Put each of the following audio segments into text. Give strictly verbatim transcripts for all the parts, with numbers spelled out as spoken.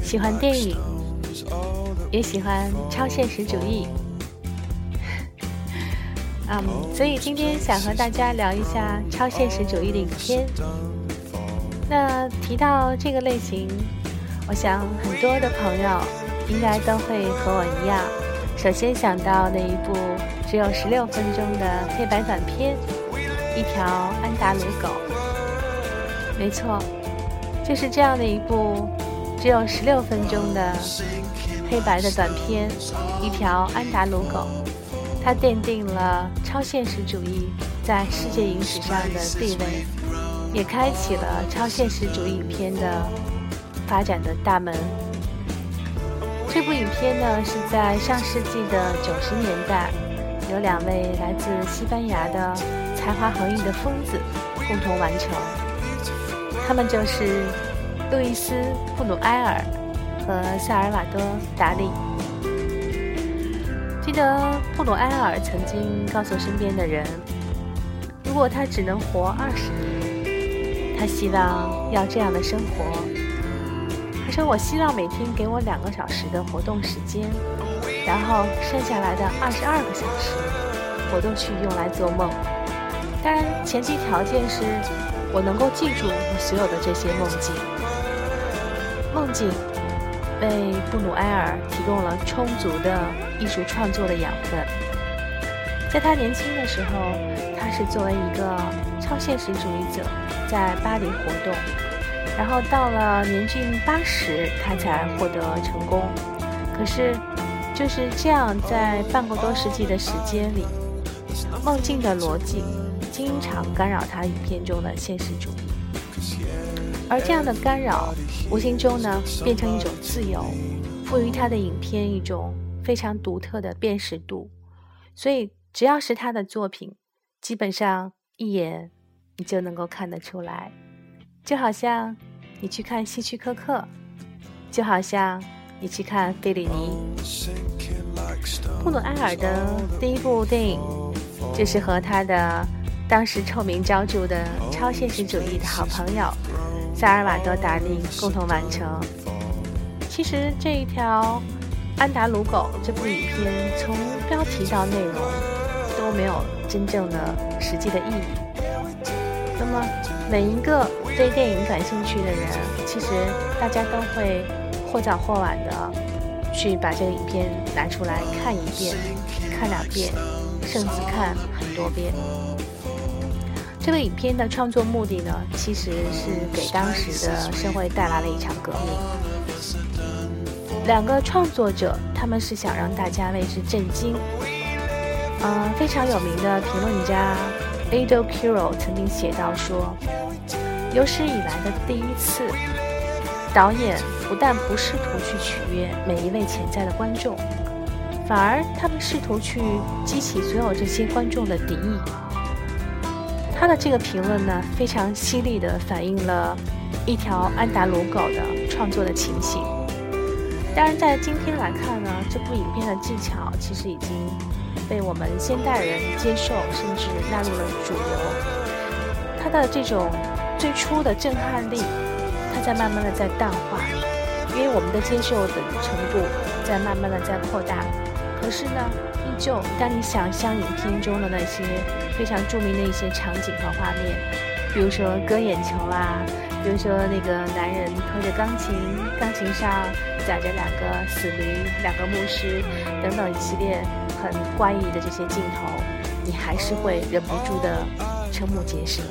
喜欢电影，也喜欢超现实主义。嗯，所以今天想和大家聊一下超现实主义的影片。那提到这个类型，我想很多的朋友应该都会和我一样，首先想到那一部只有十六分钟的黑白短片《一条安达鲁狗》。没错，就是这样的一部只有十六分钟的黑白的短片《一条安达鲁狗》，它奠定了超现实主义在世界影史上的地位，也开启了超现实主义影片的发展的大门。这部影片呢，是在上世纪的九十年代，有两位来自西班牙的才华横溢的疯子共同完成。他们就是路易斯·布鲁埃尔和萨尔瓦多·达利。记得布鲁埃尔曾经告诉身边的人，如果他只能活二十年，他希望要这样的生活。他说，我希望每天给我两个小时的活动时间，然后剩下来的二十二个小时我都去用来做梦。当然前提条件是我能够记住我所有的这些梦境。梦境为布鲁埃尔提供了充足的艺术创作的养分。在他年轻的时候，他是作为一个超现实主义者在巴黎活动，然后到了年近八十，他才获得成功。可是就是这样，在半个多世纪的时间里，梦境的逻辑经常干扰他影片中的现实主义，而这样的干扰无形中呢，变成一种自由，赋予他的影片一种非常独特的辨识度。所以只要是他的作品，基本上一眼你就能够看得出来。就好像你去看希区柯克，就好像你去看费里尼。布鲁埃尔的第一部电影就是和他的当时臭名昭著的超现实主义的好朋友萨尔瓦多·达利共同完成。其实这一条安达鲁狗这部影片从标题到内容都没有真正的实际的意义。那么每一个对电影感兴趣的人，其实大家都会或早或晚的去把这个影片拿出来看一遍、看两遍，甚至看很多遍。这个影片的创作目的呢，其实是给当时的社会带来了一场革命。两个创作者，他们是想让大家为之震惊。呃，非常有名的评论家 Ado Kiro 曾经写到说，有史以来的第一次，导演不但不试图去取悦每一位潜在的观众，反而他们试图去激起所有这些观众的敌意。他的这个评论呢，非常犀利地反映了一条安达鲁狗的创作的情形。当然在今天来看呢，这部影片的技巧其实已经被我们现代人接受，甚至纳入了主流。它的这种最初的震撼力，它在慢慢的在淡化，因为我们的接受的程度在慢慢的在扩大。可是呢，依旧当你想象影片中的那些非常著名的一些场景和画面，比如说割眼球啊，比如说那个男人推着钢琴，钢琴上载着两个死驴，两个牧师等等一系列很怪异的这些镜头，你还是会忍不住的瞠目结舌。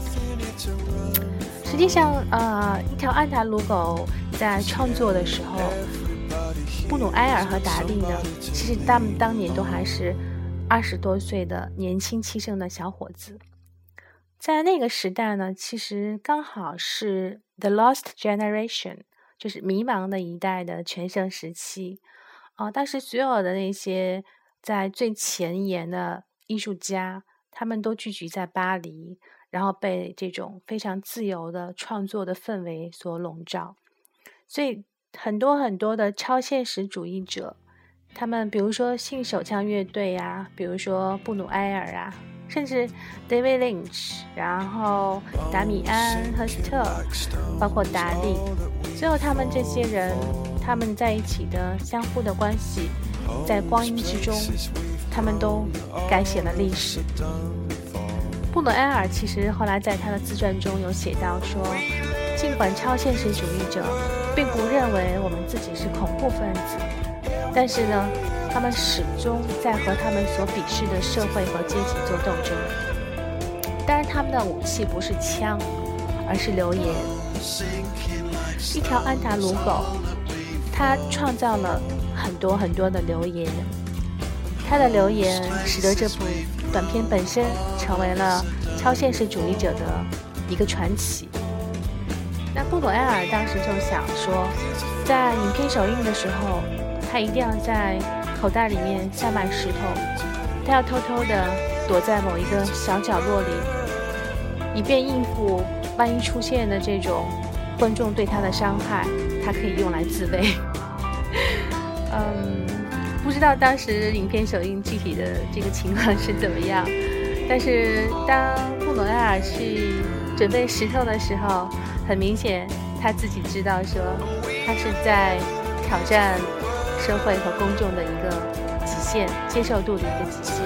实际上呃，一条安达鲁狗在创作的时候，布鲁埃尔和达利呢，其实他们当年都还是二十多岁的年轻气盛的小伙子。在那个时代呢，其实刚好是 The Lost Generation， 就是迷茫的一代的全盛时期啊、呃。当时所有的那些在最前沿的艺术家，他们都聚集在巴黎，然后被这种非常自由的创作的氛围所笼罩。所以很多很多的超现实主义者，他们比如说信手枪乐队啊，比如说布鲁埃尔啊， 甚至 David Lynch， 然后达米安·赫斯特，包括达利，最后他们这些人，他们在一起的相互的关系，在光阴之中，他们都改写了历史。布努埃尔其实后来在他的自传中有写到说，尽管超现实主义者并不认为我们自己是恐怖分子，但是呢，他们始终在和他们所鄙视的社会和阶级做斗争。当然他们的武器不是枪，而是流言。一条安达鲁狗，它创造了很多很多的流言，它的流言使得这部短片本身成为了超现实主义者的一个传奇。那布努埃尔当时就想说，在影片首映的时候，他一定要在口袋里面塞满石头，他要偷偷的躲在某一个小角落里，以便应付万一出现的这种观众对他的伤害，他可以用来自卫。嗯，不知道当时影片首映具体的这个情况是怎么样，但是当布努埃尔去准备石头的时候，很明显他自己知道说，他是在挑战社会和公众的一个极限，接受度的一个极限。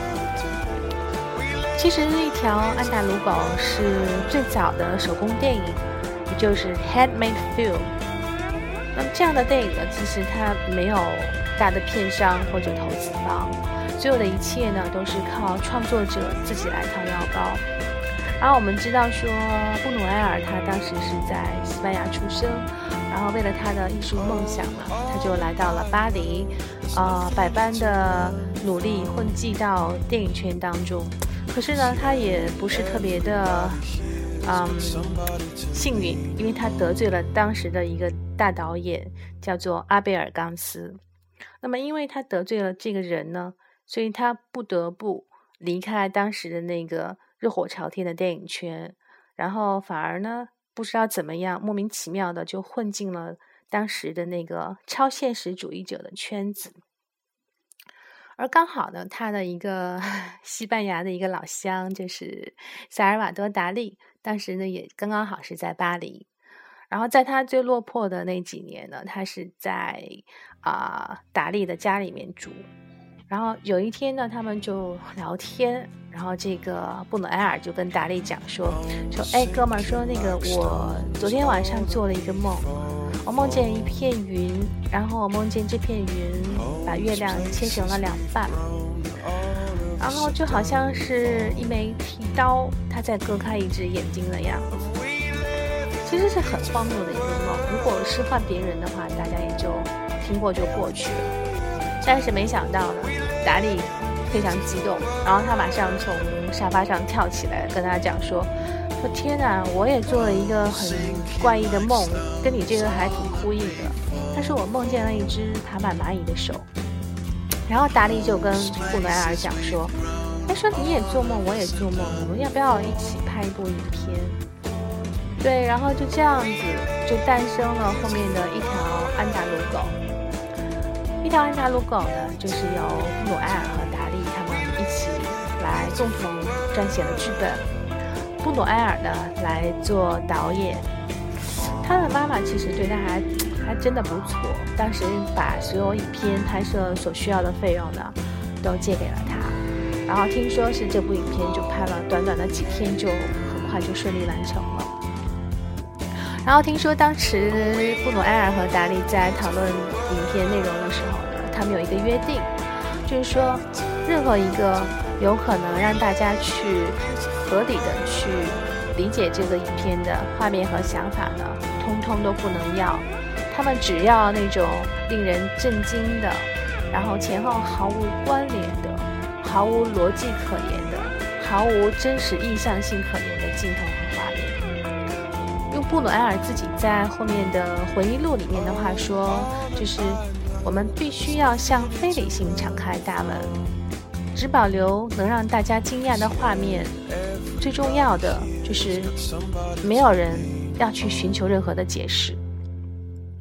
其实一条安达鲁狗是最早的手工电影，也就是 handmade film。 那么这样的电影呢，其实它没有大的片商或者投资方，所有的一切呢都是靠创作者自己来掏腰包。然后我们知道说，布努埃尔他当时是在西班牙出生，然后为了他的艺术梦想呢，他就来到了巴黎，呃，百般的努力混迹到电影圈当中。可是呢，他也不是特别的，嗯，幸运，因为他得罪了当时的一个大导演，叫做阿贝尔冈斯。那么，因为他得罪了这个人呢，所以他不得不离开当时的那个热火朝天的电影圈，然后反而呢，不知道怎么样，莫名其妙的就混进了当时的那个超现实主义者的圈子。而刚好呢，他的一个西班牙的一个老乡，就是萨尔瓦多·达利，当时呢也刚刚好是在巴黎。然后在他最落魄的那几年呢，他是在啊、呃、达利的家里面住。然后有一天呢，他们就聊天，然后这个布努埃尔就跟达利讲说说，哎，哥们儿，说那个我昨天晚上做了一个梦，我梦见一片云，然后我梦见这片云把月亮切成了两半，然后就好像是一枚剃刀，它在割开一只眼睛的样子。其实是很荒谬的一个梦，如果是换别人的话，大家也就听过就过去了。但是没想到呢，达利非常激动，然后他马上从沙发上跳起来，跟他讲说说天哪，我也做了一个很怪异的梦，跟你这个还挺呼应的。他说我梦见了一只爬满蚂蚁的手。然后达利就跟布努埃尔讲说，他说你也做梦，我也做梦，我们要不要一起拍一部影片？对，然后就这样子就诞生了后面的一条安达鲁狗。一条安达鲁狗呢，就是由布努埃尔和达利他们一起来共同撰写了剧本，布努埃尔呢来做导演。他的妈妈其实对他还还真的不错，当时把所有影片拍摄所需要的费用呢都借给了他。然后听说是这部影片就拍了短短的几天，就很快就顺利完成了。然后听说当时布努埃尔和达利在讨论影片内容的时候呢，他们有一个约定，就是说任何一个有可能让大家去合理的去理解这个影片的画面和想法呢，通通都不能要。他们只要那种令人震惊的，然后前后毫无关联的，毫无逻辑可言的，毫无真实意向性可言的镜头和画面。用布努埃尔自己在后面的回忆录里面的话说，就是我们必须要向非理性敞开大门，只保留能让大家惊讶的画面。最重要的就是没有人要去寻求任何的解释。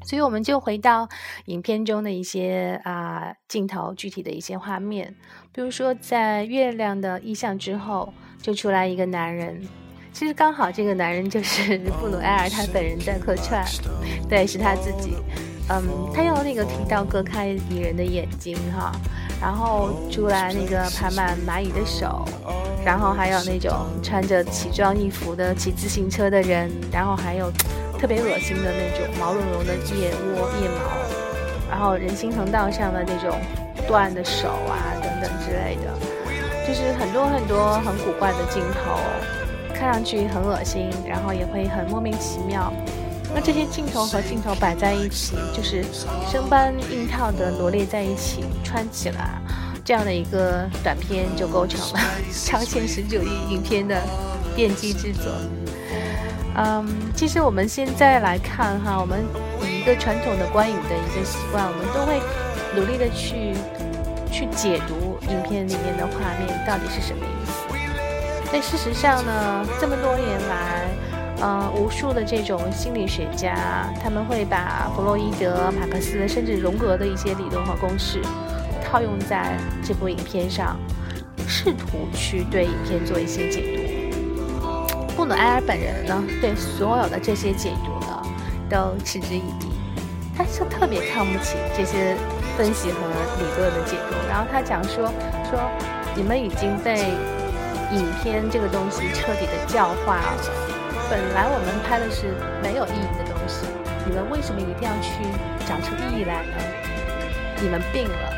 所以我们就回到影片中的一些啊、呃、镜头，具体的一些画面，比如说在月亮的意象之后，就出来一个男人。其实刚好这个男人就是布鲁埃尔他本人在客串，对，是他自己。嗯，他用那个剃刀割开蚁人的眼睛哈，然后出来那个爬满蚂蚁的手，然后还有那种穿着奇装异服的骑自行车的人，然后还有特别恶心的那种毛茸茸的腋窝腋毛，然后人行横道上的那种断的手啊等等之类的，就是很多很多很古怪的镜头，看上去很恶心，然后也会很莫名其妙。那这些镜头和镜头摆在一起，就是生搬硬套的罗列在一起穿起来，这样的一个短片就构成了超现实主义影片的奠基之作。嗯，其实我们现在来看哈，我们以一个传统的观影的一个习惯，我们都会努力的去去解读影片里面的画面到底是什么意思。但事实上呢，这么多年来呃，无数的这种心理学家，他们会把弗洛伊德、马克思甚至荣格的一些理论和公式套用在这部影片上，试图去对影片做一些解读。布鲁埃尔本人呢，对所有的这些解读呢，都嗤之以鼻，他是特别看不起这些分析和理论的解读。然后他讲说说你们已经被影片这个东西彻底的教化了。本来我们拍的是没有意义的东西，你们为什么一定要去找出意义来呢？你们病了。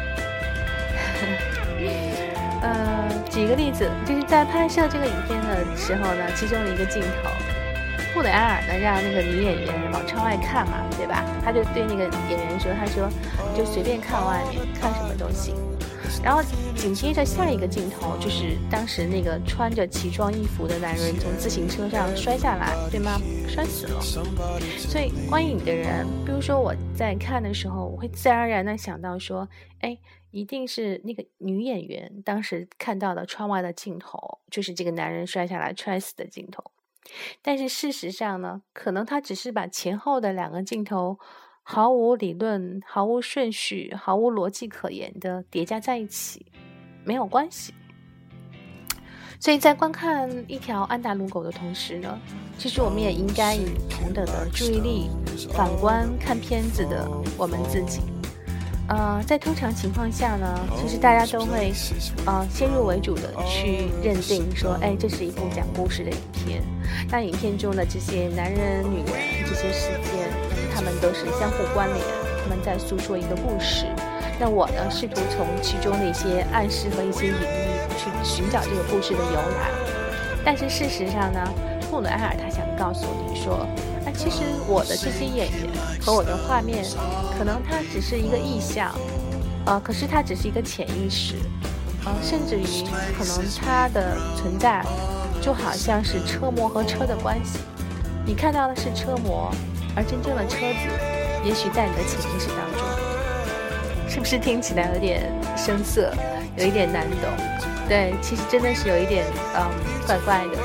呃，举一个例子，就是在拍摄这个影片的时候呢，其中的一个镜头，布雷埃尔呢让那个女演员往窗外看嘛，对吧？他就对那个演员说，他说你就随便看外面，看什么都行。然后紧接着下一个镜头就是当时那个穿着奇装异服的男人从自行车上摔下来，对吗？摔死了。所以观影的人，比如说我在看的时候，我会自然而然的想到说，哎，一定是那个女演员当时看到的窗外的镜头，就是这个男人摔下来摔死的镜头。但是事实上呢，可能他只是把前后的两个镜头毫无理论、毫无顺序、毫无逻辑可言的叠加在一起，没有关系。所以在观看一条安达鲁狗的同时呢，其实我们也应该以同等的注意力反观看片子的我们自己。呃，在通常情况下呢，其实大家都会呃先入为主的去认定说，哎，这是一部讲故事的影片。那影片中的这些男人、女人这些事件，他们都是相互关联，他们在诉说一个故事。那我呢，试图从其中的一些暗示和一些隐喻去寻找这个故事的由来。但是事实上呢，布鲁埃尔他想告诉你说，啊，其实我的这些演员和我的画面，可能它只是一个意象，呃，可是它只是一个潜意识，呃，甚至于可能它的存在就好像是车模和车的关系。你看到的是车模，而真正的车子也许在你的潜意识当中。是不是听起来有点生涩，有一点难懂？对，其实真的是有一点嗯怪怪的。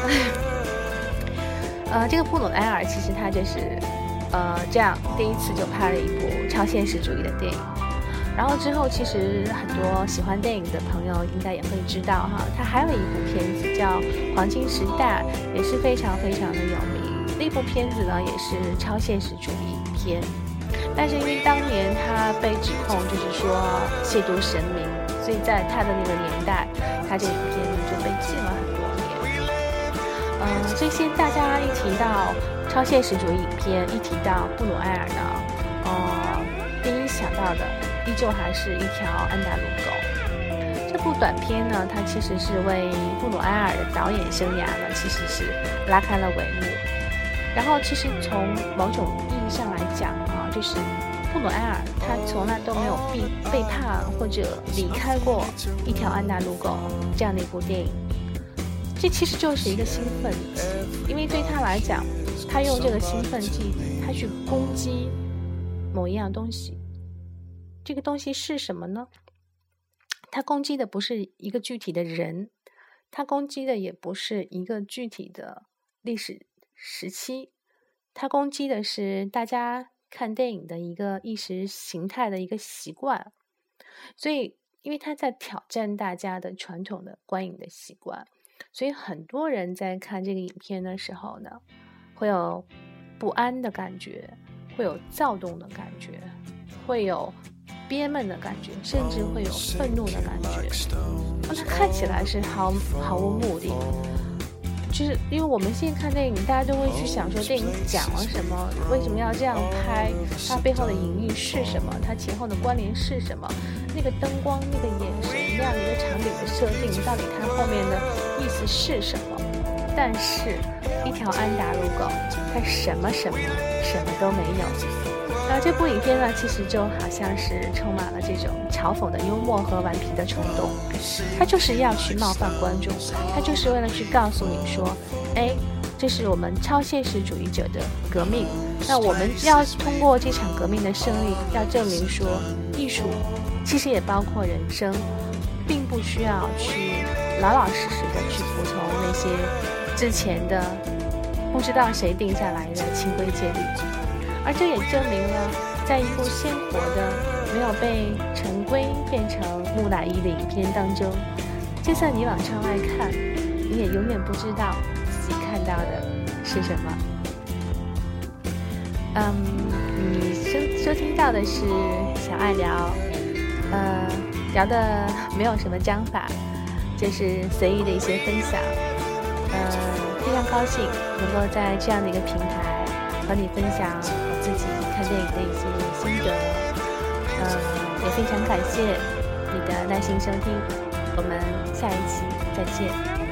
呃，这个布鲁埃尔其实他就是呃这样第一次就拍了一部超现实主义的电影。然后之后其实很多喜欢电影的朋友应该也会知道哈，他还有一部片子叫《黄金时代》，也是非常非常的有名。那部片子呢也是超现实主义影片，但是因为当年他被指控就是说亵渎神明，所以在他的那个年代，他这个影片呢就被禁了很多年。嗯，所以现在大家一提到超现实主义影片，一提到布鲁埃尔呢，呃，第一想到的依旧还是一条安达鲁狗。这部短片呢，它其实是为布鲁埃尔的导演生涯呢，其实是拉开了帷幕。然后，其实从某种意义上来讲啊，就是布鲁埃尔他从来都没有背背叛或者离开过一条安达鲁狗这样的一部电影。这其实就是一个兴奋剂，因为对他来讲，他用这个兴奋剂，他去攻击某一样东西。这个东西是什么呢？他攻击的不是一个具体的人，他攻击的也不是一个具体的历史时期，他攻击的是大家看电影的一个意识形态的一个习惯，所以因为他在挑战大家的传统的观影的习惯，所以很多人在看这个影片的时候呢，会有不安的感觉，会有躁动的感觉，会有憋闷的感觉，甚至会有愤怒的感觉。它看起来是毫毫无目的，就是因为我们现在看电影，大家都会去想说电影讲了什么，为什么要这样拍，它背后的隐喻是什么，它前后的关联是什么，那个灯光、那个眼神、那样的一个场景的设定，到底它后面的意思是什么？但是，一条安达路狗，它什么什么什么都没有。然后这部影片呢，其实就好像是充满了这种嘲讽的幽默和顽皮的冲动，它就是要去冒犯观众，它就是为了去告诉你说，哎，这是我们超现实主义者的革命，那我们要通过这场革命的胜利，要证明说，艺术其实也包括人生，并不需要去老老实实的去服从那些之前的不知道谁定下来的清规戒律。而这也证明了，在一部鲜活的、没有被陈规变成木乃伊的影片当中，就算你往窗外看，你也永远不知道自己看到的是什么。嗯，你收收听到的是小爱聊，呃，聊的没有什么章法，就是随意的一些分享。呃，非常高兴能够在这样的一个平台和你分享我自己看电影的一些心得，呃，也非常感谢你的耐心收听，我们下一期再见。